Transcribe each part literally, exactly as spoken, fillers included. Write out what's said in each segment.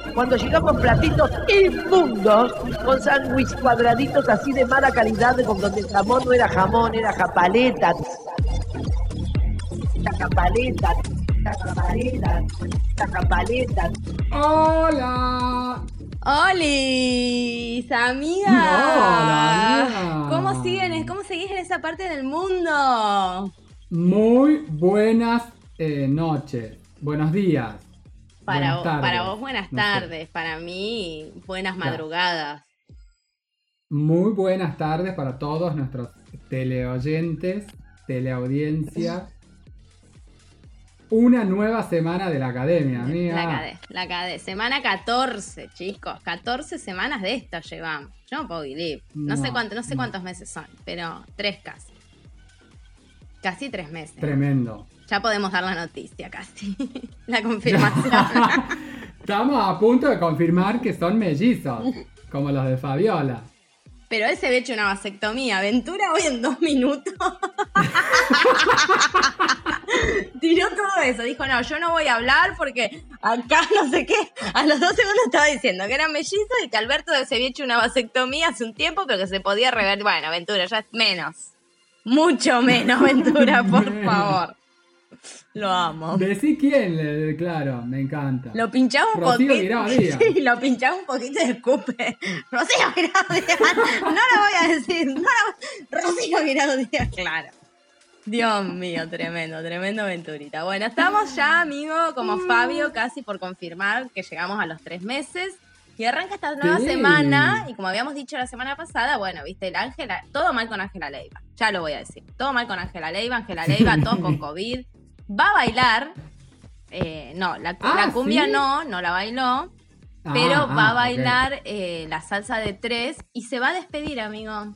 Cuando llegamos platitos inmundos, con sándwich cuadraditos así de mala calidad, con donde el jamón no era jamón, era japaleta. La japaleta, la japaleta, la japaleta. ¡Hola! ¡Olis, amiga! Hola, amiga. ¿Cómo siguen? ¿Cómo seguís en esa parte del mundo? Muy buenas eh, noches. Buenos días. Para, buenas tardes. para vos, buenas No tardes. sé. Para mí, buenas Claro. madrugadas. Muy buenas tardes para todos nuestros teleoyentes, teleaudiencia. Una nueva semana de la academia, amiga. La cadé, la cadé. Semana catorce, chicos. catorce semanas de esto llevamos. Yo no puedo vivir. No, No, sé cuánto, no sé no. cuántos meses son, pero tres casi. Casi tres meses. Tremendo. Ya podemos dar la noticia casi. La confirmación. Estamos a punto de confirmar que son mellizos, como los de Fabiola. Pero él se había hecho una vasectomía. Aventura hoy en dos minutos. Tiró todo eso. Dijo, no, yo no voy a hablar porque acá no sé qué. A los dos segundos estaba diciendo que eran mellizos y que Alberto se había hecho una vasectomía hace un tiempo, pero que se podía revertir. Bueno, Aventura, ya es menos. Mucho menos, Aventura, por Menos. favor. Lo amo. Decí quién, le- claro, me encanta. Lo pinchaba un Rocío poquito. Guirao Díaz. Sí, lo pinchaba un poquito y escupe. Rocío Guirao Díaz. No lo voy a decir. No lo... Rocío Guirao Díaz, claro. Dios mío, tremendo, tremendo aventurita. Bueno, estamos ya, amigo, como Fabio, casi por confirmar que llegamos a los tres meses. Y arranca esta nueva Sí. semana. Y como habíamos dicho la semana pasada, bueno, viste, el Ángela, todo mal con Ángela Leiva. Ya lo voy a decir. Todo mal con Ángela Leiva, Ángela Leiva, todos con COVID. Va a bailar. Eh, no, la, Ah, la cumbia ¿sí? no, no la bailó. Ah, Pero ah, va a ok. bailar eh, la salsa de tres y se va a despedir, amigo.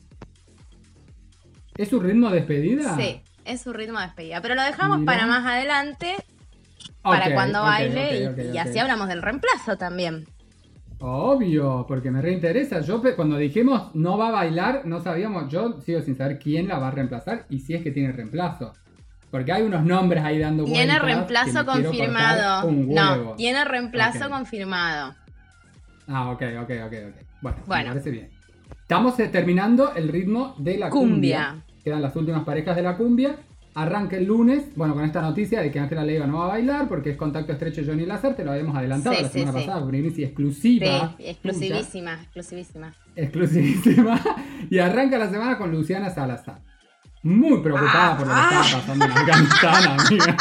¿Es su ritmo de despedida? Sí, es su ritmo de despedida. Pero lo dejamos Mira. para más adelante, Ok, para cuando ok, baile. ok, y, ok, y ok. así hablamos del reemplazo también. Obvio, porque me reinteresa. Yo pe- cuando dijimos no va a bailar, no sabíamos, yo sigo sin saber quién la va a reemplazar y si es que tiene reemplazo. Porque hay unos nombres ahí dando vueltas. Tiene que reemplazo me quiero confirmado. cortar un No, huevo. tiene reemplazo Ok. confirmado. Ah, ok, ok, ok, ok. Bueno, Bueno. me parece bien. Estamos eh, terminando el ritmo de la cumbia. Cumbia. Quedan las últimas parejas de la cumbia. Arranca el lunes, bueno, con esta noticia de que Ángela Leiva no va a bailar porque es contacto estrecho de Johnny Lazar, te lo habíamos adelantado Sí, la sí, semana sí. pasada, primicia exclusiva. Sí, exclusivísima, exclusivísima. Exclusivísima. Y arranca la semana con Luciana Salazar. Muy preocupada Ah, por lo que ah. estaba pasando en Afganistán, amiga.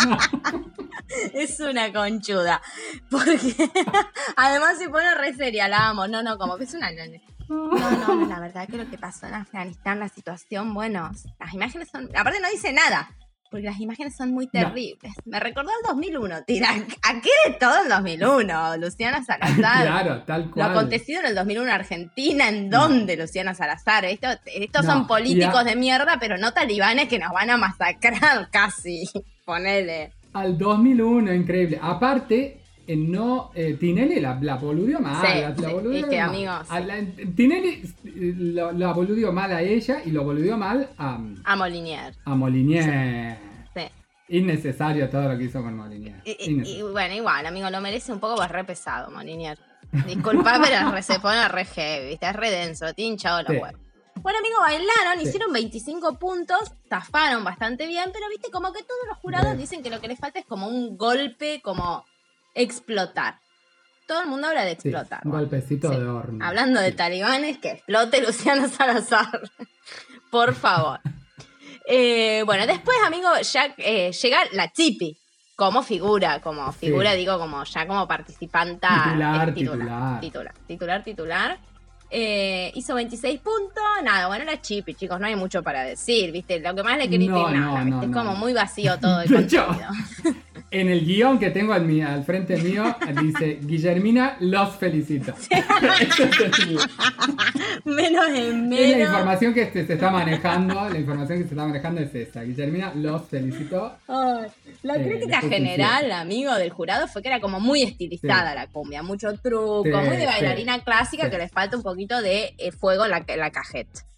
Es una conchuda. Porque además se pone re seria, la amo. No, no, como que es una... No, no, no, la verdad que lo que pasó en Afganistán, la situación, bueno, las imágenes son... Aparte no dice nada, porque las imágenes son muy terribles. Me recordó el dos mil uno, tira. ¿A qué de todo el dos mil uno? Luciana Salazar. Claro, tal Lo cual. acontecido en el dos mil uno en Argentina, ¿en dónde, Luciana Salazar? Esto, estos No, son políticos y a- de mierda, pero no talibanes que nos van a masacrar casi. Ponele. Al dos mil uno, increíble. Aparte, eh, no, eh, Tinelli la, la boludió mal. Sí, la, la sí, boludió es que, mal. amigos. A la- Tinelli eh, la, la boludió mal a ella y lo boludió mal a, A Molinier. a Molinier. Sí. Innecesario todo lo que hizo con Molinier. Y, y- y Innecesario. bueno, igual, amigo, lo merece un poco, pues re pesado, Molinier. Disculpa, pero re- se pone re heavy, ¿viste? Es re denso, te hinchado los Sí. huevos. Bueno, amigo, bailaron, Sí. hicieron veinticinco puntos, zafaron bastante bien, pero viste, como que todos los jurados Re. dicen que lo que les falta es como un golpe, como explotar. Todo el mundo habla de Sí, explotar. un bueno. golpecito Sí. de horno. Hablando de Sí. talibanes, que explote Luciano Salazar. Por favor. Eh, bueno, después, amigo, ya eh, llega la Chipi. Como figura, como figura, Sí. digo, como ya como participanta. Titular, es titular. Titular, titular, titular. Eh, hizo veintiséis puntos. Nada, bueno, la Chipi, chicos, no hay mucho para decir, ¿viste? Lo que más le critican, No, nada, no, ¿viste? no, es no, como no. muy vacío todo el De hecho, contenido. En el guión que tengo en mi- al frente mío dice Guillermina los felicito. Ese es el guión. Menos en Es la menos. información que este- se está manejando, la información que se está manejando es esta. Guillermina los felicitó. Ay, la Eh, crítica después general, hicieron. amigo, del jurado fue que era como muy estilizada Sí. la cumbia, mucho truco, Sí, muy de sí, bailarina clásica sí. que les falta un poquito de eh, fuego en la, en la cajeta.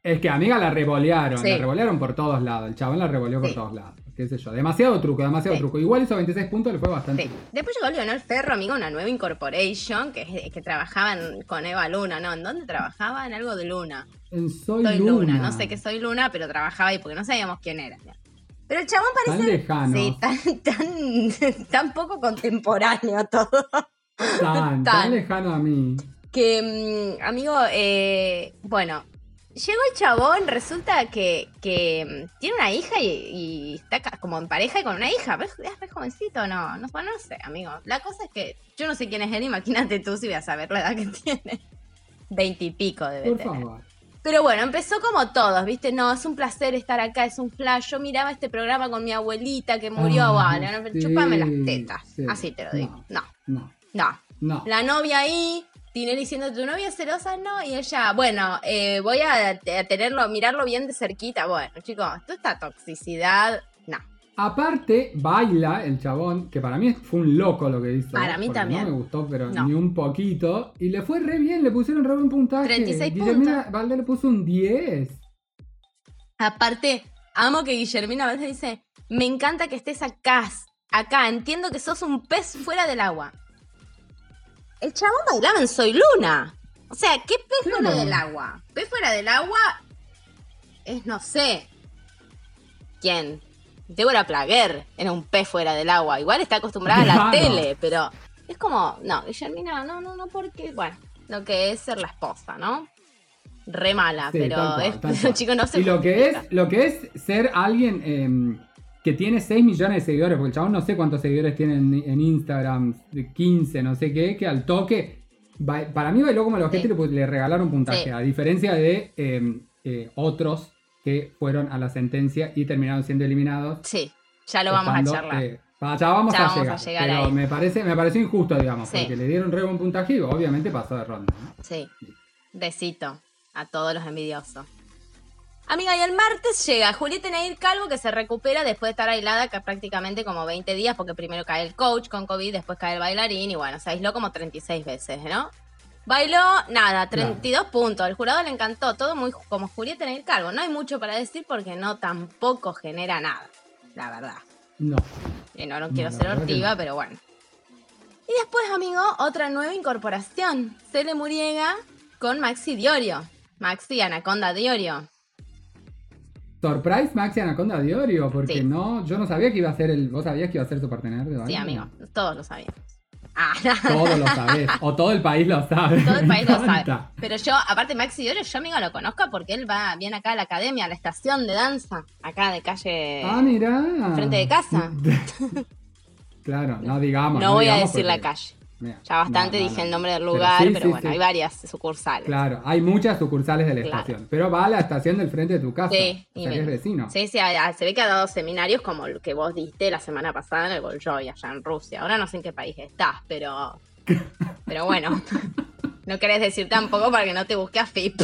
Es que amiga la revolearon, Sí. la revolearon por todos lados. El chabón la revoleó por Sí. todos lados. Qué sé yo. Demasiado truco, demasiado Sí. truco. Igual hizo veintiséis puntos, le fue bastante. Sí. Después llegó Leonel Ferro, amigo, una nueva incorporation, que, es- que trabajaban con Eva Luna, ¿no? ¿En dónde trabajaba? En algo de Luna. En Soy, Soy Luna. Luna. No sé qué Soy Luna, pero trabajaba ahí porque no sabíamos quién era. Pero el chabón Tan parece... lejano. Sí, tan, tan, tan poco contemporáneo todo. Tan, tan Tan. lejano a mí. Que, mm, amigo, eh, bueno, llegó el chabón, resulta que, que mm, tiene una hija y, y está ca- como en pareja y con una hija. ¿Ves? ¿Es re jovencito o no? No, bueno, no sé, amigo. La cosa es que yo no sé quién es él, imagínate tú si voy a saber la edad que tiene. Veintipico debe Por tener. favor. Pero bueno, empezó como todos, ¿viste? No, es un placer estar acá, es un flash. Yo miraba este programa con mi abuelita que murió, Ah, bueno, sí, chúpame las tetas. sí. Así te lo digo. No, No, no. no. La novia ahí, Tinelli diciendo, ¿tu novia es celosa? No, y ella, bueno, eh, voy a, a tenerlo, mirarlo bien de cerquita. Bueno, chicos, toda esta toxicidad, no. Aparte, baila el chabón, que para mí fue un loco lo que hizo. Para mí porque también. No me gustó, pero No. ni un poquito. Y le fue re bien, le pusieron re buen puntaje. treinta y seis Guillermina Valdés le puso un diez. Aparte, amo que Guillermina a veces dice, me encanta que estés acá, acá, entiendo que sos un pez fuera del agua. El chabón bailaba en Soy Luna. O sea, ¿qué pez Claro. fuera del agua? Pez fuera del agua es, no sé, ¿quién? Débora Plaguer era un pez fuera del agua. Igual está acostumbrada a la Claro. tele, pero es como, no, Guillermina, no, no, no, porque, bueno, lo que es ser la esposa, ¿no? Re mala, Sí, pero tal cual, es, tal cual. chicos, no se Y lo que, es, justifica. lo que es ser alguien eh, que tiene seis millones de seguidores, porque el chabón no sé cuántos seguidores tiene en, en Instagram, de quince, no sé qué, que al toque, ba- para mí bailó como los Sí. que le, le regalaron puntaje, Sí. a diferencia de eh, eh, otros que fueron a la sentencia y terminaron siendo eliminados. Sí, ya lo vamos estando, a charlar. eh, pa- ya vamos, Ya a, vamos a llegar, llegar pero ahí. me parece me pareció injusto, digamos, Sí. porque le dieron re buen puntaje y obviamente pasó de ronda, ¿no? Sí, besito a todos los envidiosos. Amiga, y el martes llega Julieta Nair Calvo, que se recupera después de estar aislada que prácticamente como veinte días, porque primero cae el coach con COVID, después cae el bailarín, y bueno, se aisló como treinta y seis veces, ¿no? Bailó, nada, treinta y dos puntos. El jurado le encantó, todo muy ju- como Julieta Nair Calvo. No hay mucho para decir porque no tampoco genera nada, la verdad. No. Y no, no No, quiero la ser verdad que hortiva, no. pero bueno. Y después, amigo, otra nueva incorporación. Cele Muriega con Maxi Diorio. Maxi Anaconda Diorio. Surprise Maxi Anaconda de Orio, porque Sí. no, yo no sabía que iba a ser el. ¿Vos sabías que iba a ser su partener de baile? Sí, amigo, todos lo sabíamos. Ah, Todo lo sabés. O todo el país lo sabe. todo el Me país lo sabe. encanta. Pero yo, aparte Maxi Diorio, yo, amigo, lo conozco porque él va bien acá a la academia, a la estación de danza, acá de calle... Ah, mirá. frente de casa. Claro, no digamos. no voy a digamos decir la porque- calle. Mira, Ya bastante no, no, dije no. el nombre del Pero lugar, sí, pero sí, bueno, sí. hay varias sucursales. Claro, hay muchas sucursales de la Claro. estación. Pero va a la estación del frente de tu casa. Sí, o y sea, que me- es vecino. Sí, sí, a- a- se ve que ha dado seminarios como el que vos diste la semana pasada en el Bolshoi, allá en Rusia. Ahora no sé en qué país estás, pero. Pero bueno. No querés decir tampoco para que no te busque a F I P.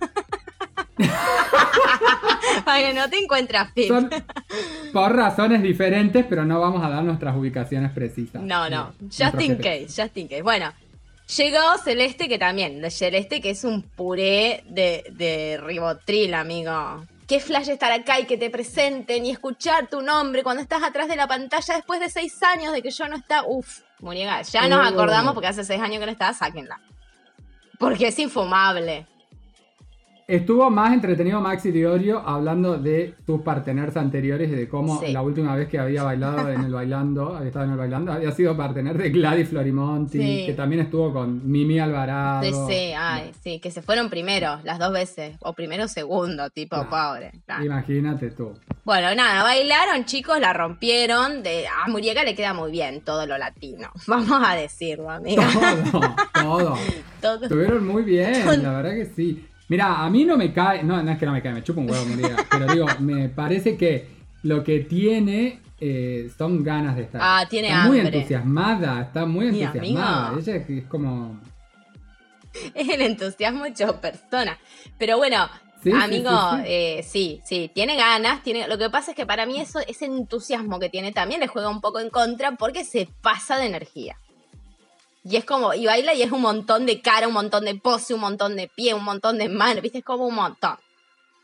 Para que no te encuentres a F I P. Son por razones diferentes, pero no vamos a dar nuestras ubicaciones precisas. No, no. de Just nuestros in G P S. case, just in case. Bueno, llegó Celeste, que también, de Celeste, que es un puré de, de ribotril, amigo. Qué flash estar acá y que te presenten y escuchar tu nombre cuando estás atrás de la pantalla después de seis años de que yo no estaba. Uf, Muriega, ya nos Oh. acordamos porque hace seis años que no estaba, sáquenla. Porque es infumable. Estuvo más entretenido Maxi Diorio hablando de sus parteners anteriores y de cómo Sí. la última vez que había bailado en el bailando, había estado en el bailando, había sido partener de Gladys Florimonti, Sí. que también estuvo con Mimi Alvarado. Sí, sí, ay, sí, que se fueron primero, las dos veces. O primero o segundo, tipo, Claro. pobre. Claro. Imagínate tú. Bueno, nada, bailaron, chicos, la rompieron. De, a Muriega le queda muy bien todo lo latino. Vamos a decirlo, amiga. Todo, todo. Todo. Estuvieron muy bien, la verdad que sí. Mira, a mí no me cae, no, no es que no me cae, me chupa un huevo Muriega, pero digo, me parece que lo que tiene eh, son ganas de estar. Ah, tiene está muy hambre. entusiasmada, está muy Mi entusiasmada. amigo. Ella es, es como... Es el entusiasmo hecho persona. Pero bueno, Sí, sí, amigo, sí, sí. eh, sí, sí, tiene ganas. Tiene... Lo que pasa es que para mí eso, ese entusiasmo que tiene también le juega un poco en contra porque se pasa de energía. Y es como, y baila y es un montón de cara, un montón de pose, un montón de pie, un montón de mano, ¿viste? Es como un montón.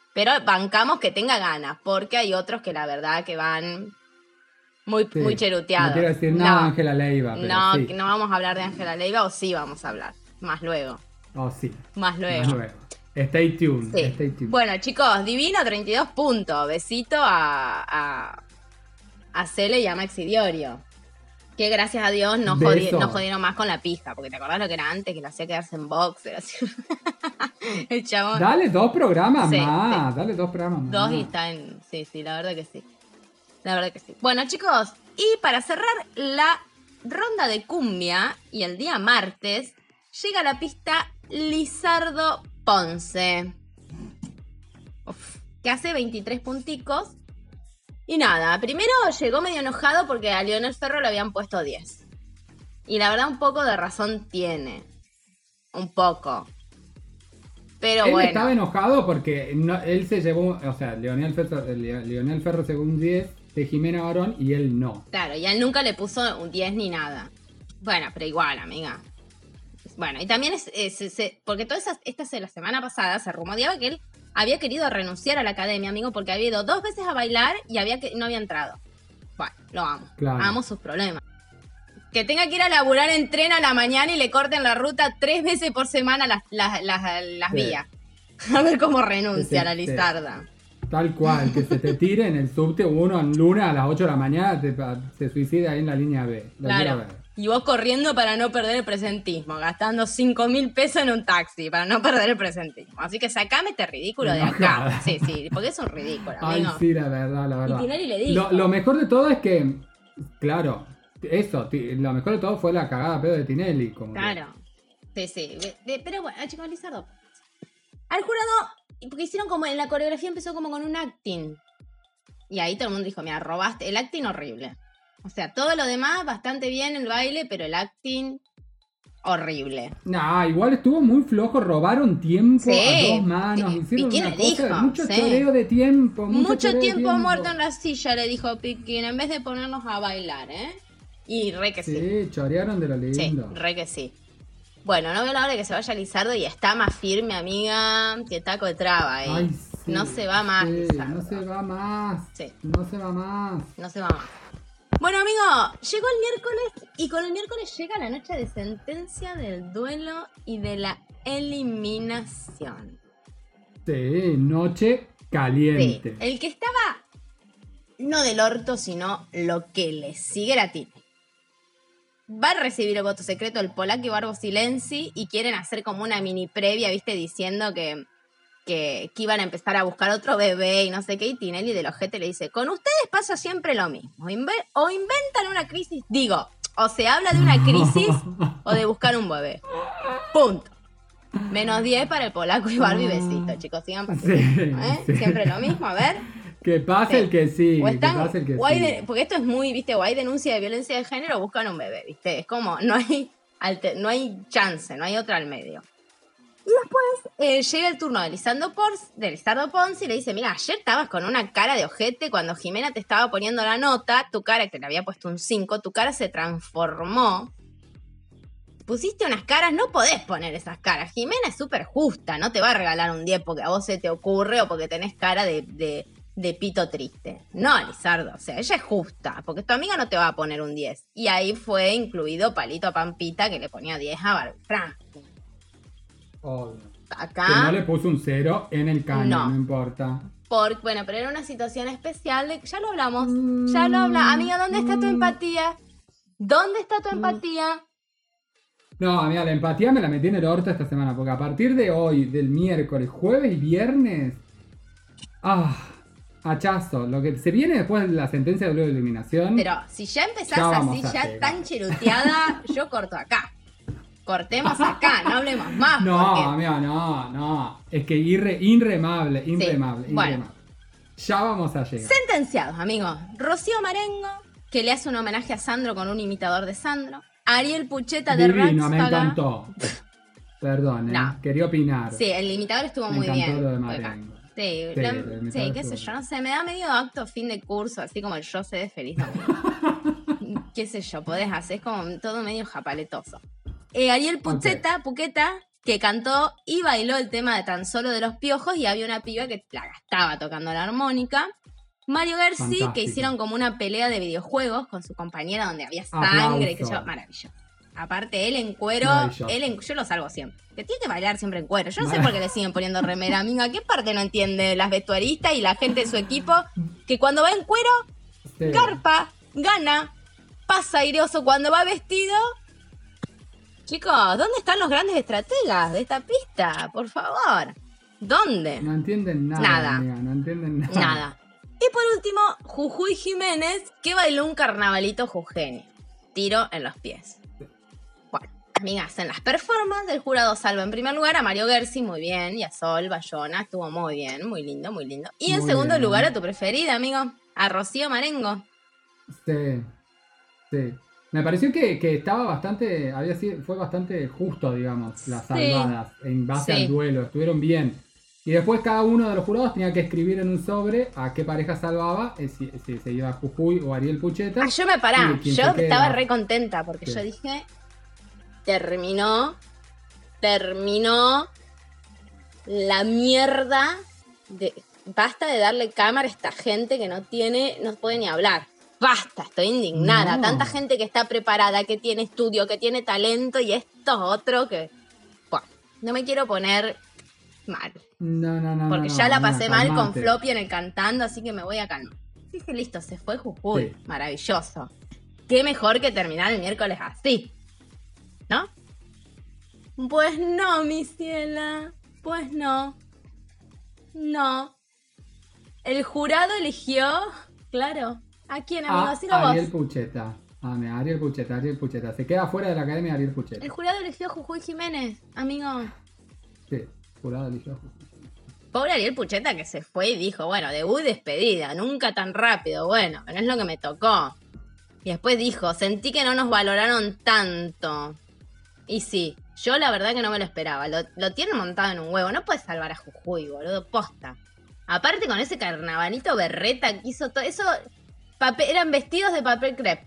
Pero bancamos que tenga ganas, porque hay otros que la verdad que van muy, Sí. muy cheruteados. No quiero decir nada de Ángela Leiva, pero no, sí. que no vamos a hablar de Ángela Leiva, o sí vamos a hablar, más luego. Oh, sí. Más luego. Más luego. Stay tuned. Sí. Stay tuned. Bueno, chicos, divino, treinta y dos puntos. Besito a, a, a Cele y a Maxi Diorio. Que gracias a Dios no, jodi- Beso. no jodieron más con la pija. Porque te acordás lo que era antes, que lo hacía quedarse en boxer. Así. El chabón. Dale dos programas Sí, más. Dale dos programas más. Dos y está en. Sí, sí, la verdad que sí. La verdad que sí. Bueno, chicos, y para cerrar la ronda de cumbia y el día martes, llega a la pista Lizardo Ponce. Uf, que hace veintitrés punticos. Y nada, primero llegó medio enojado porque a Lionel Ferro le habían puesto diez. Y la verdad un poco de razón tiene. Un poco. Pero Él bueno. estaba enojado porque no- él se llevó, o sea, Leonel Ferro, Le- Leonel Ferro se llevó un diez de Jimena Barón y él no. Claro, y a él nunca le puso un diez ni nada. Bueno, pero igual, amiga. Bueno, y también es, es- es- es- porque toda esa, esta se- la semana pasada se rumoreaba que él había querido renunciar a la academia, amigo, porque había ido dos veces a bailar y había que, no había entrado. Bueno, lo amo. Claro. Amo sus problemas. Que tenga que ir a laburar en tren a la mañana y le corten la ruta tres veces por semana las, las, las, las Sí. vías. A ver cómo renuncia Sí, la sí. Lizarda. Tal cual, que se te tire en el subte uno en luna a las ocho de la mañana, te, se suicida ahí en la línea B. Lo quiero Claro. ver. Y vos corriendo para no perder el presentismo, gastando cinco mil pesos en un taxi para no perder el presentismo. Así que sacame este ridículo de acá. Enojada. Sí, sí, porque es un ridículo, Ay, amigo. sí, la verdad, la verdad. Y Tinelli le dijo. Lo, lo mejor de todo es que, claro, eso, ti- lo mejor de todo fue la cagada a pedo de Tinelli. Como que- Claro. Sí, sí. De- de- pero bueno, chicos, Lizardo. Al jurado, porque hicieron como, en la coreografía empezó como con un acting. Y ahí todo el mundo dijo, mira, robaste. El acting horrible. O sea, todo lo demás bastante bien el baile, pero el acting horrible. Nah, igual estuvo muy flojo, robaron tiempo Sí, a dos manos, Pi- hicieron Piquín una le cosa, dijo, mucho sí. choreo de tiempo. Mucho, Mucho choreo de tiempo muerto en la silla, le dijo Piquín, en vez de ponernos a bailar, ¿eh? Y re que sí. Sí, chorearon de lo Sí, lindo. re que sí. Bueno, no veo la hora de que se vaya Lizardo y está más firme, amiga, que taco de traba ahí. Ay, sí, no se va más, sí, Lizardo. no se va más. Sí. No se va más. No se va más. Bueno, amigo, llegó el miércoles y con el miércoles llega la noche de sentencia del duelo y de la eliminación. Sí, noche Sí, caliente. el que estaba no del orto, sino lo que le sigue era Tini. Va a recibir el voto secreto el Polaco y Barbo Silenzi y quieren hacer como una mini previa, viste, diciendo que, que, que iban a empezar a buscar otro bebé y no sé qué, y Tinelli del ojete le dice, con ustedes pasa siempre lo mismo, Inve- o inventan una crisis, digo, o se habla de una crisis o de buscar un bebé. Punto. Menos diez para el Polaco y Barbie, besito, chicos, sigan pasando. Sí, ¿eh? sí. Siempre lo mismo, a ver. Que pase Sí. el que sí, O que están, pase el que o hay sí. de- porque esto es muy, viste, o hay denuncia de violencia de género o buscan un bebé, viste. Es como, no hay, alter- no hay chance, no hay otra al medio. Y después eh, llega el turno de Lizardo Ponce, de Lizardo Ponce y le dice, mira, ayer estabas con una cara de ojete cuando Jimena te estaba poniendo la nota, tu cara, que le había puesto un cinco, tu cara se transformó. Pusiste unas caras, no podés poner esas caras. Jimena es súper justa, no te va a regalar un diez porque a vos se te ocurre o porque tenés cara de, de, de pito triste. No, Lizardo, o sea, ella es justa, porque tu amiga no te va a poner un diez. Y ahí fue incluido Palito a Pampita, que le ponía diez a Barbie Franklin. Obvio. Acá, Que no le puso un cero en el caño, No. no, importa. por, bueno, pero era una situación especial, de, ya lo hablamos, ya lo hablamos. Amiga, ¿dónde está tu empatía? ¿Dónde está tu empatía? No, amiga, la empatía me la metí en el orto esta semana, porque a partir de hoy, del miércoles, jueves y viernes, ah, hachazo. Lo que se viene después de la sentencia de luego de eliminación. Pero si ya empezás Ya vamos así, a ya llegar. tan cheruteada, yo corto acá. Cortemos acá, no hablemos más. No, porque... amiga, no, no. Es que irre, inremable, inremable, bueno. inremable. Ya vamos a llegar. Sentenciados, amigos. Rocío Marengo, que le hace un homenaje a Sandro con un imitador de Sandro. Ariel Pucheta de Divino, me Ráxpaga. encantó. Perdón, eh. No. Quería opinar. Sí, el imitador estuvo Me muy encantó bien. lo de Fue acá. Marengo. Sí, Sí, la- el sí, imitador qué sé estuvo yo, no sé, me da medio acto fin de curso, así como el yo sé de feliz domingo. Qué sé yo, podés hacer, es como todo medio japaletoso. Eh, Ariel Pucheta, Puqueta, que cantó y bailó el tema de Tan Solo de los Piojos y había una piba que la gastaba tocando la armónica. Mario Gersi, Fantástico. que hicieron como una pelea de videojuegos con su compañera donde había sangre, que yo, maravilloso. Aparte, él en cuero, él en, yo lo salvo siempre. Que tiene que bailar siempre en cuero. Yo no sé por qué le siguen poniendo remera, amiga. ¿Qué parte no entiende las vestuaristas y la gente de su equipo? Que cuando va en cuero, Sí. garpa, gana, pasa airoso. Cuando va vestido... Chicos, ¿dónde están los grandes estrategas de esta pista? Por favor. ¿Dónde? No entienden nada, Nada. amiga, no entienden nada. Nada. Y por último, Jujuy Jiménez, que bailó un carnavalito jujeño. Tiro en los pies. Bueno, amigas, en las performances, el jurado salva en primer lugar a Mario Gersi, muy bien, y a Sol Bayona, estuvo muy bien, muy lindo, muy lindo. Y en Muy segundo bien. lugar a tu preferida, amigo, a Rocío Marengo. Sí, sí. Me pareció que, que estaba bastante, había sido, fue bastante justo, digamos, las Sí. salvadas en base Sí. al duelo, estuvieron bien. Y después cada uno de los jurados tenía que escribir en un sobre a qué pareja salvaba, eh, si, si se iba Jujuy o Ariel Pucheta. Ah, yo me pará, Y quien yo se queda- estaba re contenta porque Sí. yo dije, terminó, terminó la mierda de, basta de darle cámara a esta gente que no tiene, no puede ni hablar. Basta, estoy indignada. No. Tanta gente que está preparada, que tiene estudio, que tiene talento y esto otro que... Bueno, no me quiero poner mal. No, no, no. Porque no, ya la no, pasé no, mal con calmate. Floppy en el cantando, así que me voy a calmar. Dije, listo, se fue Jujuy. Sí. Maravilloso. Qué mejor que terminar el miércoles así. ¿No? Pues no, mi ciela. Pues no. No. El jurado eligió, claro. ¿A quién, amigo? A Decilo vos. Ariel Pucheta. Ah, mira, Ariel Pucheta, Ariel Pucheta. Se queda fuera de la academia Ariel Pucheta. El jurado eligió a Jujuy Jiménez, amigo. Sí, jurado eligió a Jujuy. Pobre Ariel Pucheta que se fue y dijo, bueno, debut y despedida, nunca tan rápido, bueno, no es lo que me tocó. Y después dijo, sentí que no nos valoraron tanto. Y sí, yo la verdad que no me lo esperaba, lo, lo tienen montado en un huevo, no puedes salvar a Jujuy, boludo, posta. Aparte con ese carnavalito berreta que hizo todo, eso papel, eran vestidos de papel crepe.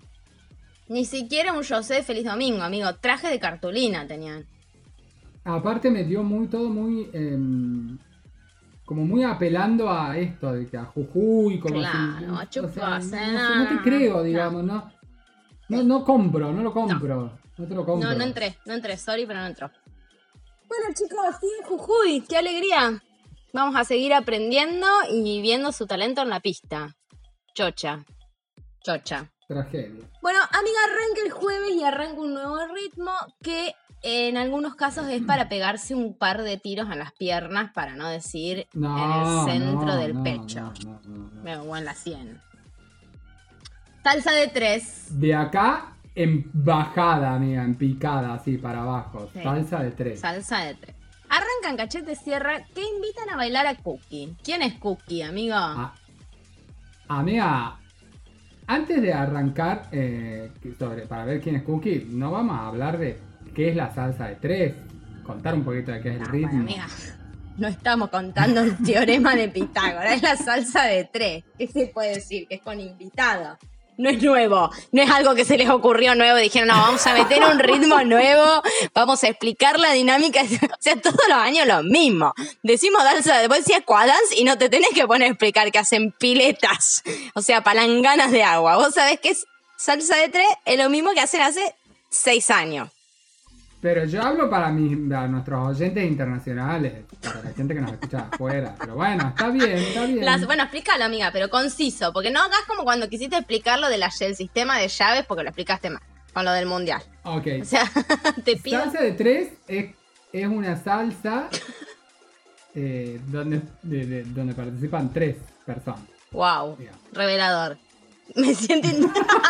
Ni siquiera un José de Feliz Domingo, amigo, traje de cartulina tenían. Aparte me dio muy todo muy em, como muy apelando a esto, de que a Jujuy, como Claro, si, a o sea, chuparse, no, sé, no, no te no, creo, no. digamos, no. No, no compro, no lo compro. No, te lo compro. No, no entré, no entré, sorry, pero no entró. Bueno, chicos, sigue Jujuy, qué alegría. Vamos a seguir aprendiendo y viendo su talento en la pista. Chocha. Chocha. Tragedia. Bueno, amiga, arranca el jueves y arranca un nuevo ritmo que en algunos casos es para pegarse un par de tiros en las piernas, para no decir No, en el centro no, del no, pecho. no, no, no, no. Me o en la sien. Salsa de tres. De acá en bajada, amiga, en picada, así para abajo. Sí. Salsa de tres. Salsa de tres. Arrancan Cachete Sierra que invitan a bailar a Cookie. ¿Quién es Cookie, amigo? Ah, amiga, antes de arrancar eh, sobre, para ver quién es Cookie, no vamos a hablar de qué es la salsa de tres. Contar un poquito de qué es el No, ritmo. bueno, amiga, no estamos contando el teorema de Pitágoras, es la salsa de tres. ¿Qué se puede decir? Que es con invitado. No es nuevo, no es algo que se les ocurrió nuevo. Dijeron, no, vamos a meter un ritmo nuevo, vamos a explicar la dinámica. O sea, todos los años lo mismo. Decimos salsa, después decías quadance y no te tenés que poner a explicar que hacen piletas, o sea, palanganas de agua. Vos sabés que es salsa de tres, es lo mismo que hacen hace seis años. Pero yo hablo para, mis, para nuestros oyentes internacionales, para la gente que nos escucha afuera. Pero bueno, está bien, está bien. Las, bueno, explícalo, amiga, pero conciso, porque no hagas como cuando quisiste explicar lo de la, del sistema de llaves, porque lo explicaste mal, con lo del mundial. Ok. O sea, te pido... Salsa de tres es, es una salsa eh, donde, de, de- donde participan tres personas. Wow, Digamos. revelador. Me siento, in-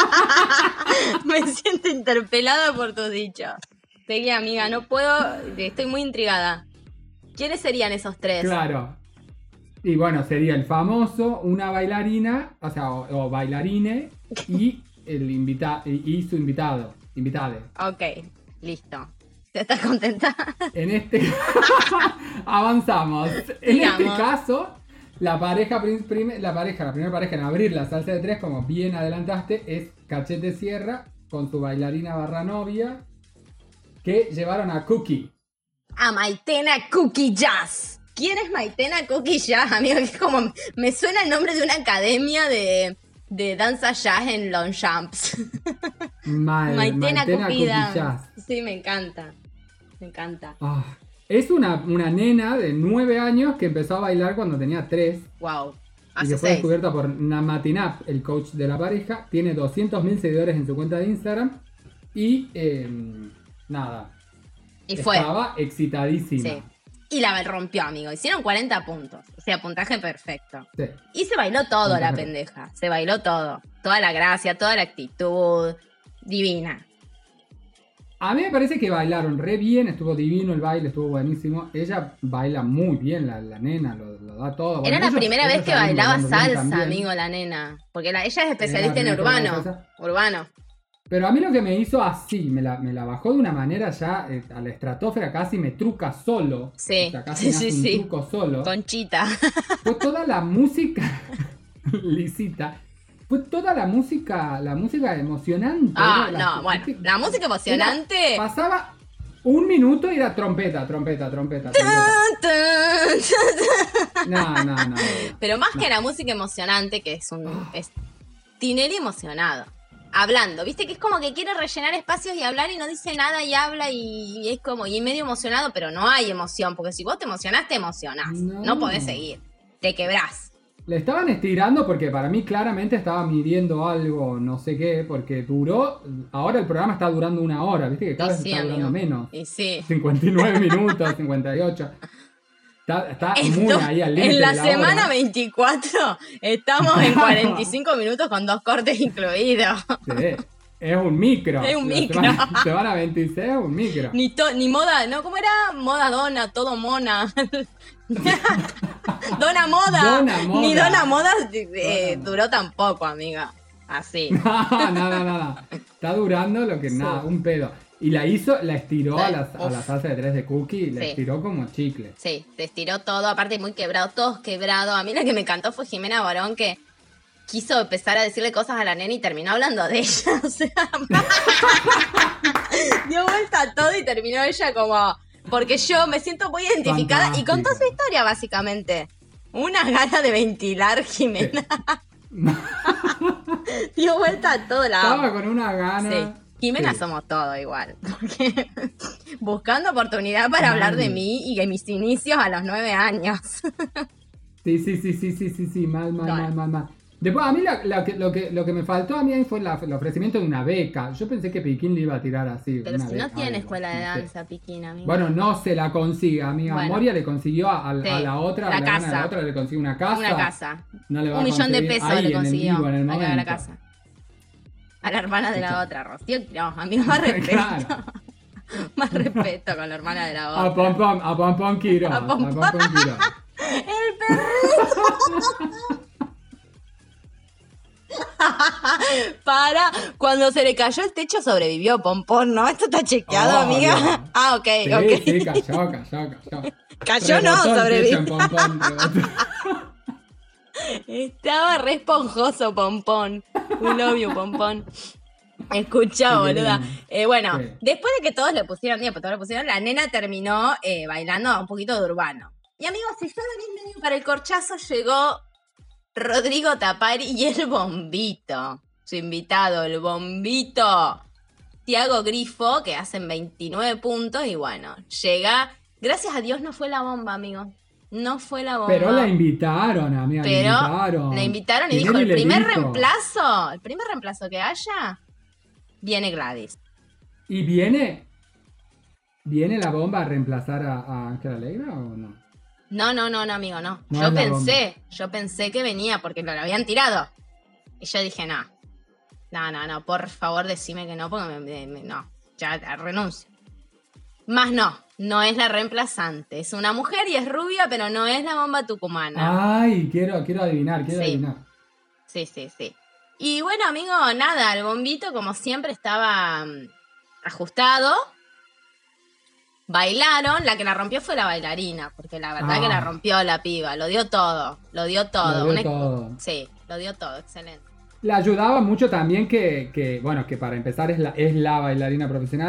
me siento interpelada por tus dichos. Seguí, amiga, no puedo, estoy muy intrigada. ¿Quiénes serían esos tres? Claro. Y bueno, sería el famoso, una bailarina, o sea, o, o bailarine y el invita y, y su invitado, invitade. Ok, listo. ¿Estás contenta? En este avanzamos. En Digamos. este caso, la pareja prim- prim- la pareja, la primera pareja en abrir la salsa de tres, como bien adelantaste, es Cachete Sierra con su bailarina barra novia, que llevaron a Cookie. a Maitena Cookie Jazz. ¿Quién es Maitena Cookie Jazz, amigo? Que es como, me suena el nombre de una academia de, de danza jazz en Longchamps. Mal, Maitena, Maitena Cookie Cookie Dance. Jazz. Sí, me encanta. Me encanta. Ah, es una, una nena de nueve años que empezó a bailar cuando tenía tres. Wow. Y Hace que fue seis. descubierta por Namatinap, el coach de la pareja. Tiene doscientos mil seguidores en su cuenta de Instagram. Y eh, nada. Y fue. Estaba excitadísima. Sí. Y la rompió, amigo. Hicieron cuarenta puntos. O sea, puntaje perfecto. Sí. Y se bailó todo Puntaje la perfecto. pendeja. Se bailó todo. Toda la gracia, toda la actitud. Divina. A mí me parece que bailaron re bien, estuvo divino el baile, estuvo buenísimo. Ella baila muy bien, la, la nena, lo, lo da todo. Bueno, Era la ellos- primera ellos vez que salen bailaba bailando bien salsa, también. amigo, la nena. Porque la- ella es Era especialista la en primera que urbano. bailaba salsa. Urbano. Pero a mí lo que me hizo así, me la, me la bajó de una manera ya eh, a la estratosfera, casi me truca solo. Sí, O sea, casi sí, me hace sí, un sí. truco solo. Conchita. Fue toda la música, lisita, fue toda la música, la música emocionante. Ah, era la- no, bueno. La música emocionante. Era- pasaba un minuto y era trompeta, trompeta, trompeta, trompeta. No, no, no. no. Pero más No. que la música emocionante, que es un. Es Tinelli emocionado. Hablando, viste que es como que quiere rellenar espacios y hablar y no dice nada y habla y, y es como, y medio emocionado, pero no hay emoción, porque si vos te emocionás, te emocionás. No, No. podés seguir. Te quebrás. Le estaban estirando porque para mí claramente estaba midiendo algo, no sé qué, porque duró, ahora el programa está durando una hora, viste que cada Y vez sí, está durando amigo. menos. Y sí. cincuenta y nueve minutos, cincuenta y ocho. Está, está muy Esto- ahí al límite en la, de la semana hora. veinticuatro estamos en cuarenta y cinco minutos con dos cortes incluidos. Sí, es un micro. Es un La micro. Semana, semana veintiséis es un micro. Ni, to- ni moda, ¿no? ¿Cómo era? Moda dona, todo mona. Dona moda. Dona moda. Ni dona moda eh, Dona duró tampoco, amiga. Así. No, no, no, no, no. Está durando lo que Sí. nada, un pedo. Y la hizo, la estiró Sí, a, las- a uf. la salsa de tres de Cookie, la Sí. estiró como chicle. Sí, se estiró todo, aparte muy quebrado, todos quebrados. A mí la que me encantó fue Jimena Barón, que quiso empezar a decirle cosas a la nena y terminó hablando de ella. O sea, dio vuelta a todo y terminó ella como... Porque yo me siento muy identificada y contó Fantástico. su historia, básicamente. Una gana de ventilar, Jimena. Dio vuelta a todo lado. Estaba con una gana. Sí. Jimena Sí. somos todo igual. Porque buscando oportunidad para Mal. hablar de mí y de mis inicios a los nueve años. Sí, sí, sí, sí, sí, sí, sí, mal, mal, No. mal, mal, mal. Después, a mí la- la que- lo, que, lo que me faltó a mí ahí fue la- el ofrecimiento de una beca. Yo pensé que Piquín le iba a tirar así. Pero una si no beca, tiene algo, escuela de no sé. danza, Piquín, amigo. Bueno, no se la consigue, amiga. Bueno. Moria le consiguió a, a- Sí, a la otra, la a la hermana de casa. la otra le consiguió una casa. Una casa. No le va Un a millón de conseguir pesos ahí, le en el consiguió vivo, en el para que haga la momento. casa. A la hermana de la otra, Rocío. No, amigo, más respeto. Claro. Más respeto con la hermana de la A otra. Pom Pom, a Pom Pom Quiroz, A a Pom Pom Pom. Pom Quiroz. ¡El perrito! Para, cuando se le cayó el techo sobrevivió Pompón, ¿no? Esto está chequeado, Obvio. amiga. Ah, ok, Sí, ok. sí, cayó, cayó, cayó. Cayó, no, Rebotó el sobrevivió. techo en Pom Pom, rebotó. Estaba re esponjoso, Pompón. We love you, Pompón. Escucha, Qué boluda. lindo. Eh, bueno, Sí. después de que todos le pusieron, digo, todos le pusieron, la nena terminó eh, bailando un poquito de urbano. Y amigos, si yo venís medio para el corchazo, llegó Rodrigo Tapari y el bombito. Su invitado, el bombito. Tiago Grifo, que hacen veintinueve puntos. Y bueno, llega. Gracias a Dios no fue la bomba, amigo. No fue la bomba. Pero la invitaron, amiga, Pero la invitaron. la invitaron y Tinelli dijo, el le primer dijo. reemplazo, el primer reemplazo que haya, viene Gladys. ¿Y viene, viene la bomba a reemplazar a, a Ángela Leiva o no? No, no, no, no, amigo, no. No yo es la pensé, yo pensé que venía porque lo habían tirado. Y yo dije, no. No, no, no, por favor decime que no, porque me, me- me- no, ya renuncio. Más no, no es la reemplazante. Es una mujer y es rubia, pero no es la bomba tucumana. Ay, quiero, quiero adivinar, quiero Sí. adivinar. Sí, sí, sí. Y bueno, amigo, nada, el bombito como siempre estaba mm, ajustado. Bailaron, la que la rompió fue la bailarina, porque la verdad Ah. que la rompió la piba, lo dio todo, lo dio todo. Lo dio Una- todo. Sí, lo dio todo, excelente. Le ayudaba mucho también que, que, bueno, que para empezar es la, es la bailarina profesional.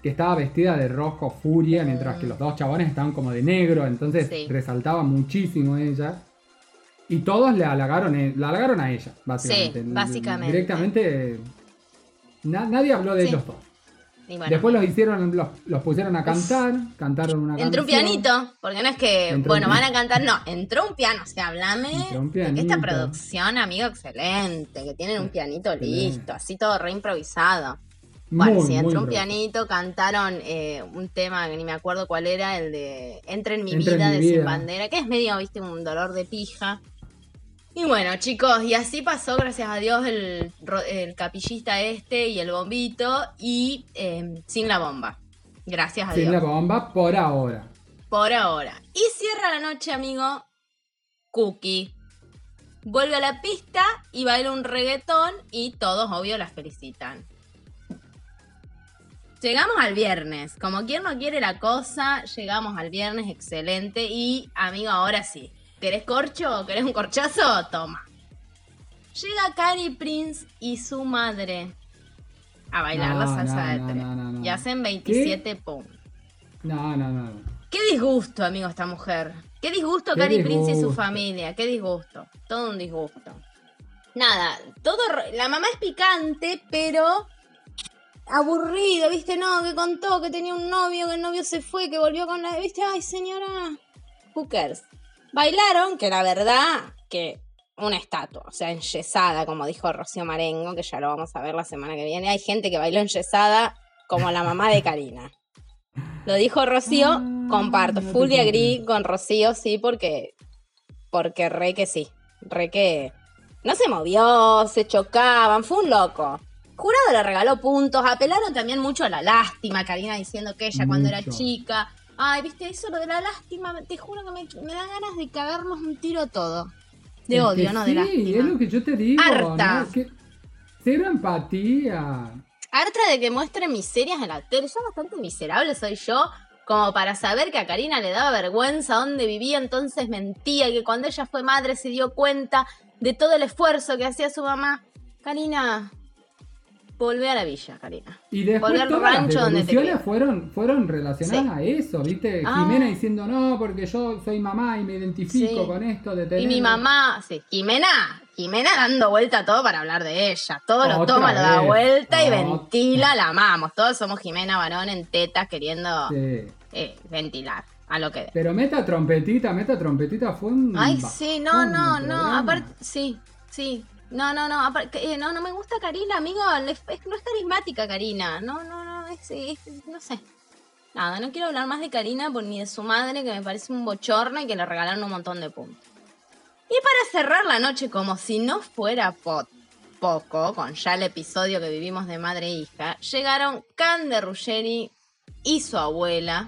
que estaba vestida de rojo furia, mientras que los dos chabones estaban como de negro, entonces Sí. resaltaba muchísimo ella. Y todos le halagaron, eh, la halagaron a ella, básicamente. Sí, básicamente. Directamente, na- nadie habló de Sí. ellos dos. Y bueno, Después los hicieron, los, los pusieron a cantar, cantaron una entró un canción. pianito, porque no es que, Entró bueno, un van pi- a cantar, no, entró un piano, o sea, hablame Entró un de que esta pianito. producción, amigo, excelente, que tienen un pianito Excelente. listo, así todo re improvisado. Bueno, Muy, sí, muy entró un improvisado. pianito, cantaron eh, un tema que ni me acuerdo cuál era, el de Entra en mi Entra en vida mi de Sin vida. Bandera, que es medio, viste, un dolor de pija. Y bueno, chicos, y así pasó, gracias a Dios, el, ro- el capillista este y el bombito, y eh, sin la bomba. Gracias a Sin Dios. la bomba por ahora. Por ahora. Y cierra la noche, amigo, Cookie. Vuelve a la pista y baila un reggaetón y todos, obvio, la felicitan. Llegamos al viernes. Como quien no quiere la cosa, llegamos al viernes, excelente. Y, amigo, ahora sí. ¿Querés corcho? ¿Querés un corchazo? Toma. Llega Cari Prince y su madre a bailar la No, salsa no, de no, tres. no, no, no. Y hacen veintisiete puntos. No, no, no. Qué disgusto, amigo, esta mujer. Qué disgusto Qué Cari Prince y su disgusto. familia. Qué disgusto. Todo un disgusto. Nada, todo. ro- La mamá es picante, pero aburrido, ¿viste? No, que contó que tenía un novio, que el novio se fue, que volvió con la. ¿Viste? Ay, señora. Who cares? Bailaron, que la verdad, que una estatua, o sea, enyesada, como dijo Rocío Marengo, que ya lo vamos a ver la semana que viene. Hay gente que bailó enyesada como la mamá de Karina. Lo dijo Rocío, Ah, comparto. no te Fully puedo agree creer. con Rocío, sí, porque. Porque re que sí. Re que. No se movió, se chocaban, fue un loco. Jurado le regaló puntos, apelaron también mucho a la lástima, Karina diciendo que ella cuando era Mucho. chica. Ay, viste, eso lo de la lástima, te juro que me, me da ganas de cagarnos un tiro todo. De Es odio, que no sí, de lástima. es lo que yo te digo. Harta. ¿no? Que cero empatía. Harta de que muestren miserias en la tele. Ya bastante miserable soy yo, como para saber que a Karina le daba vergüenza dónde vivía, entonces mentía, y que cuando ella fue madre se dio cuenta de todo el esfuerzo que hacía su mamá. Karina, volvé a la villa, Karina. Y después Volvé al todas las rancho donde te devoluciones criaste. fueron, fueron relacionadas a eso, ¿viste? Ah. Jimena diciendo, no, porque yo soy mamá y me identifico Sí. con esto de tener... Y mi mamá, sí, Jimena, Jimena dando vuelta a todo para hablar de ella. Todo lo Otra toma, lo da vez. vuelta y Ot- ventila, la amamos. Todos somos Jimena Varón en tetas queriendo Sí. eh, ventilar a lo que dé. Pero meta trompetita, meta trompetita fue un... Ay, bajón sí, no, no, el no, programa. aparte, sí, sí. No, no, no, aparte, eh, no, no me gusta Karina, amigo, le- es- no es carismática Karina, no, no, no, es, es- no sé. Nada, no quiero hablar más de Karina por, ni de su madre, que me parece un bochorno y que le regalaron un montón de puntos. Y para cerrar la noche, como si no fuera po- poco, con ya el episodio que vivimos de madre e hija, llegaron Cande Ruggeri y su abuela.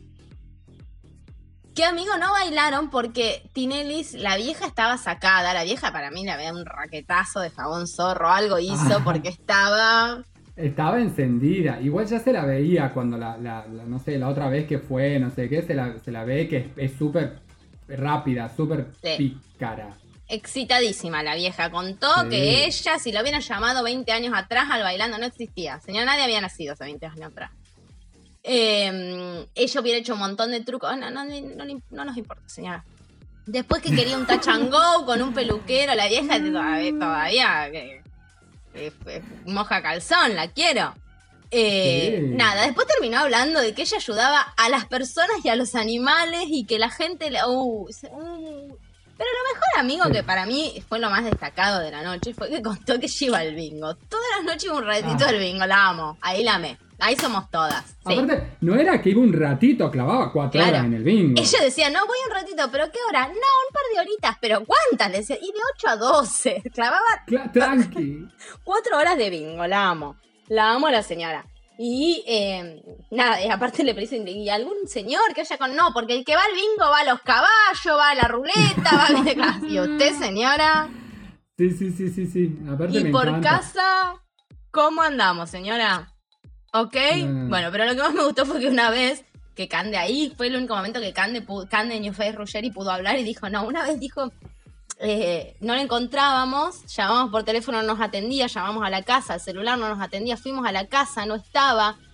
Que amigo, no bailaron porque Tinelis, la vieja estaba sacada. La vieja para mí le había un raquetazo de jabón zorro, algo hizo Ah. porque estaba... Estaba encendida. Igual ya se la veía cuando la, la- la- no sé, la otra vez que fue, no sé qué, se la, se la ve que es súper rápida, súper Sí. pícara. Excitadísima la vieja. Contó Sí. que ella, si lo hubieran llamado veinte años atrás al bailando, no existía. Señor, nadie había nacido hace veinte años atrás. Eh, ella hubiera hecho un montón de trucos. No, no, no, no, le- no nos importa, señora. Después que quería un touch and go con un peluquero, la vieja todavía, todavía eh, eh, eh, moja calzón, la quiero. Eh, Sí. Nada, después terminó hablando de que ella ayudaba a las personas y a los animales y que la gente... le- uh, se- uh. Pero lo mejor, amigo, Sí. que para mí fue lo más destacado de la noche, fue que contó que ella iba al bingo. Todas las noches iba un ratito Ah. al bingo, la amo. Ahí la amé. Ahí somos todas. Sí. Aparte, no era que iba un ratito, clavaba cuatro Claro. horas en el bingo. Ella decía, no, voy un ratito, ¿pero qué hora? No, un par de horitas, ¿pero cuántas? Le decía, y de ocho a doce. Clavaba Cla- tranqui. cuatro horas de bingo, la amo. La amo a la señora. Y eh, nada, y aparte le dicen, ¿y algún señor que haya con...? No, porque el que va al bingo va a los caballos, va a la ruleta, va a... Y usted, señora, Sí, sí, sí, sí, sí. Aparte y me por encanta. casa, ¿cómo andamos, señora? ¿Ok? No, no, no. Bueno, pero lo que más me gustó fue que una vez que Cande ahí, fue el único momento que Cande, pu- Cande New Face Ruggeri pudo hablar y dijo, no, una vez dijo, eh, no la encontrábamos, llamamos por teléfono, no nos atendía, llamamos a la casa, el celular no nos atendía, fuimos a la casa, no estaba.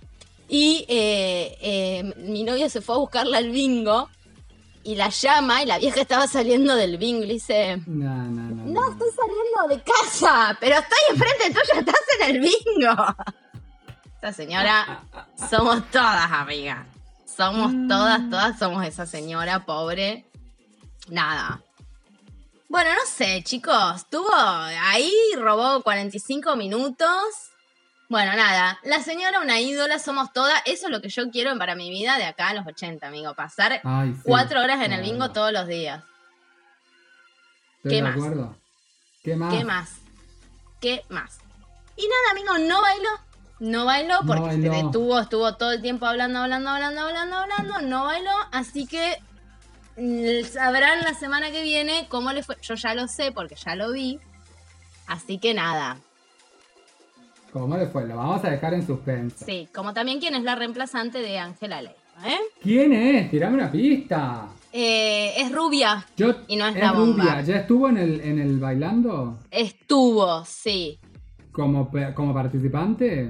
Y eh, eh, mi novio se fue a buscarla al bingo y la llama y la vieja estaba saliendo del bingo y le dice... No, no, no. No, no estoy saliendo de casa, pero estoy enfrente tuyo, estás en el bingo. Esa señora, somos todas, amiga. Somos todas, todas somos esa señora pobre. Nada. Bueno, no sé, chicos. Estuvo ahí, robó cuarenta y cinco minutos. Bueno, nada. La señora, una ídola, somos todas. Eso es lo que yo quiero para mi vida de acá a los ochenta, amigo. Pasar Ay, sí, cuatro horas en el claro. bingo todos los días. Estoy ¿Qué de más? acuerdo. ¿Qué más? ¿Qué más? ¿Qué más? Y nada, amigo, no bailó. No bailó porque No se bailó. detuvo, estuvo todo el tiempo hablando, hablando, hablando, hablando, hablando. No bailó, así que mm, sabrán la semana que viene cómo le fue. Yo ya lo sé porque ya lo vi. Así que nada. ¿Cómo le fue? Lo vamos a dejar en suspenso. Sí, como también quién es la reemplazante de Ángela Leiva, ¿eh? ¿Quién es? Tirame una pista. Eh, es rubia Yo, y no es, es la bomba. rubia. ¿Ya estuvo en el, en el bailando? Estuvo, sí. ¿Como, pe- como participante?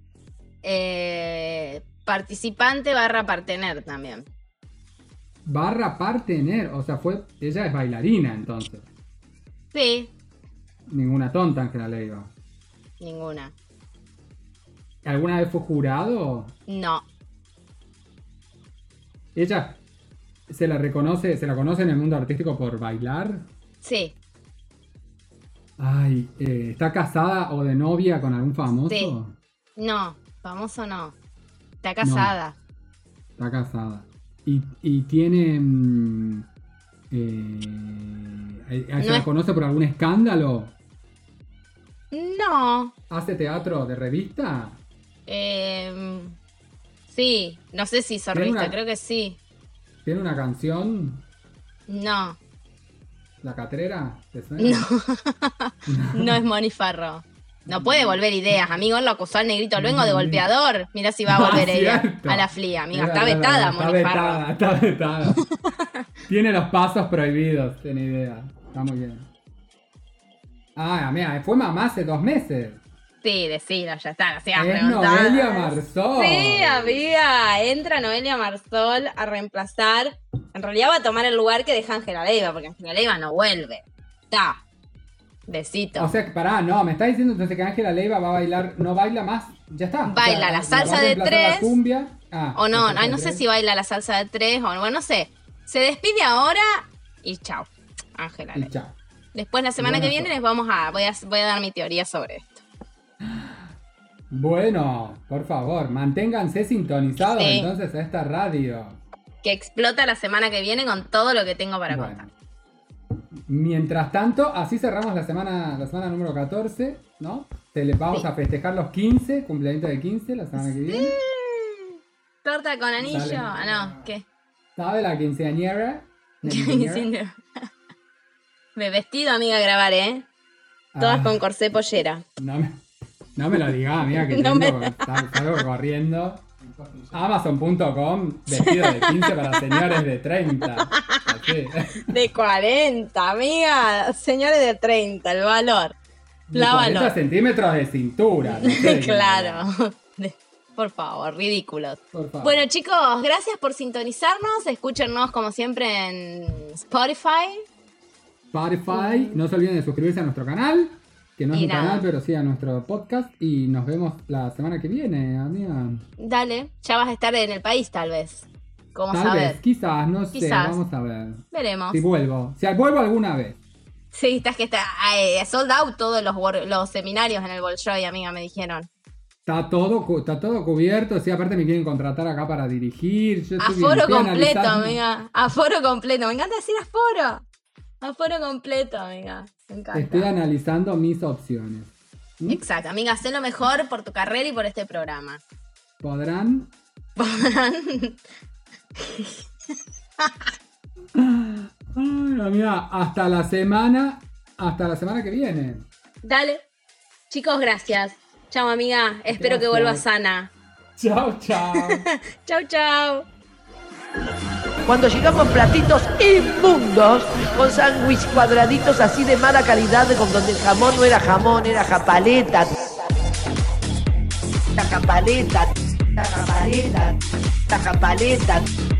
Eh, participante barra partener también. Barra partener. O sea, fue ella es bailarina entonces. Sí, Ninguna tonta, Ángela Leiva. ninguna. ¿Alguna vez fue jurado? No. Ella se la reconoce, se la conoce en el mundo artístico por bailar. Sí, Ay, eh, ¿está casada o de novia con algún famoso? Sí. no. Famoso no. Está casada. Está casada. Y, y tiene... mm, eh, ¿Se No la es- conoce por algún escándalo? No. ¿Hace teatro de revista? Eh, sí, no sé si hizo Tiene revista, una- creo que sí. ¿Tiene una canción? No, ¿La Catrera? ¿Te suena? no, no es Moni Farro. No puede volver ideas, amigo. Él lo acusó al negrito luengo de golpeador. Mira si va a Ah, volver ella cierto. a la flia, amiga. Es Está verdad, vetada, está Moni Farro. vetada, está vetada. Tiene los pasos prohibidos, tiene idea. Está muy bien. Ah, mira, fue mamá hace dos meses. Sí, decilo, ya está, no sigas Es preguntando. Noelia Marzol. Sí, amiga, entra Noelia Marzol a reemplazar. En realidad va a tomar el lugar que deja Ángela Leiva, porque Ángela Leiva no vuelve. Está. Besito. O sea, que pará, no, me está diciendo entonces que Ángela Leiva va a bailar, no baila más, ya está. Baila O sea, la salsa va a de reemplazar tres. La cumbia. Ah, o no, la salsa ay, de no sé tres. si baila la salsa de tres o bueno, no sé. Se despide ahora y chao, Ángela Y Leiva. chao. Después la semana Buena que viene suerte. les vamos a voy, a voy a dar mi teoría sobre esto. Bueno, por favor, manténganse sintonizados Sí. entonces a esta radio. Que explota la semana que viene con todo lo que tengo para Bueno. contar. Mientras tanto, así cerramos la semana, la semana número catorce, ¿no? Te le vamos Sí. a festejar los quince, cumpleaños de quince la semana que viene. Torta con anillo. Dale. Ah, no, ¿qué? ¿Sabe la quinceañera? La quinceañera. Sí, no. Me vestido, amiga, a grabar, ¿eh? Todas Ah, con corsé pollera. no, me, no me lo digas, amiga, que No tengo, me- sal- salgo corriendo. Amazon punto com, vestido de quince para señores de treinta. Así. De cuarenta, amiga. Señores de treinta, el valor. De La cuarenta valor. centímetros de cintura. no sé de qué Claro. hablas, De- Por favor, ridículos. por favor. Bueno, chicos, gracias por sintonizarnos. Escúchenos como siempre en Spotify. Spotify, no se olviden de suscribirse a nuestro canal, que no es Y un nada. canal, pero sí a nuestro podcast. Y nos vemos la semana que viene, amiga. Dale, ya vas a estar en el país, tal vez. ¿Cómo Tal saber? vez, quizás, no sé, Quizás. vamos a ver. Veremos. Si vuelvo, si vuelvo alguna vez. Sí, estás que está eh, sold out todos los, wor- los seminarios en el Bolshoi, amiga, me dijeron. Está todo, cu- está todo cubierto, sí, aparte me quieren contratar acá para dirigir. Yo estoy bien, Aforo estoy completo, analizando- amiga. Aforo completo. Me encanta decir aforo. Aforo completo, amiga. Me encanta. Estoy analizando mis opciones. ¿Mm? Exacto, amiga, haz lo mejor por tu carrera y por este programa. ¿Podrán? Ay, amiga, hasta la semana, hasta la semana que viene. Dale. Chicos, gracias. Chao, amiga. Espero que Gracias. vuelvas sana. Chao, chao. Chau, chau. Cuando llegamos platitos inmundos, con sándwich cuadraditos así de mala calidad, con donde el jamón no era jamón, era japaleta. La japaleta, Taca paleta. Taca paleta.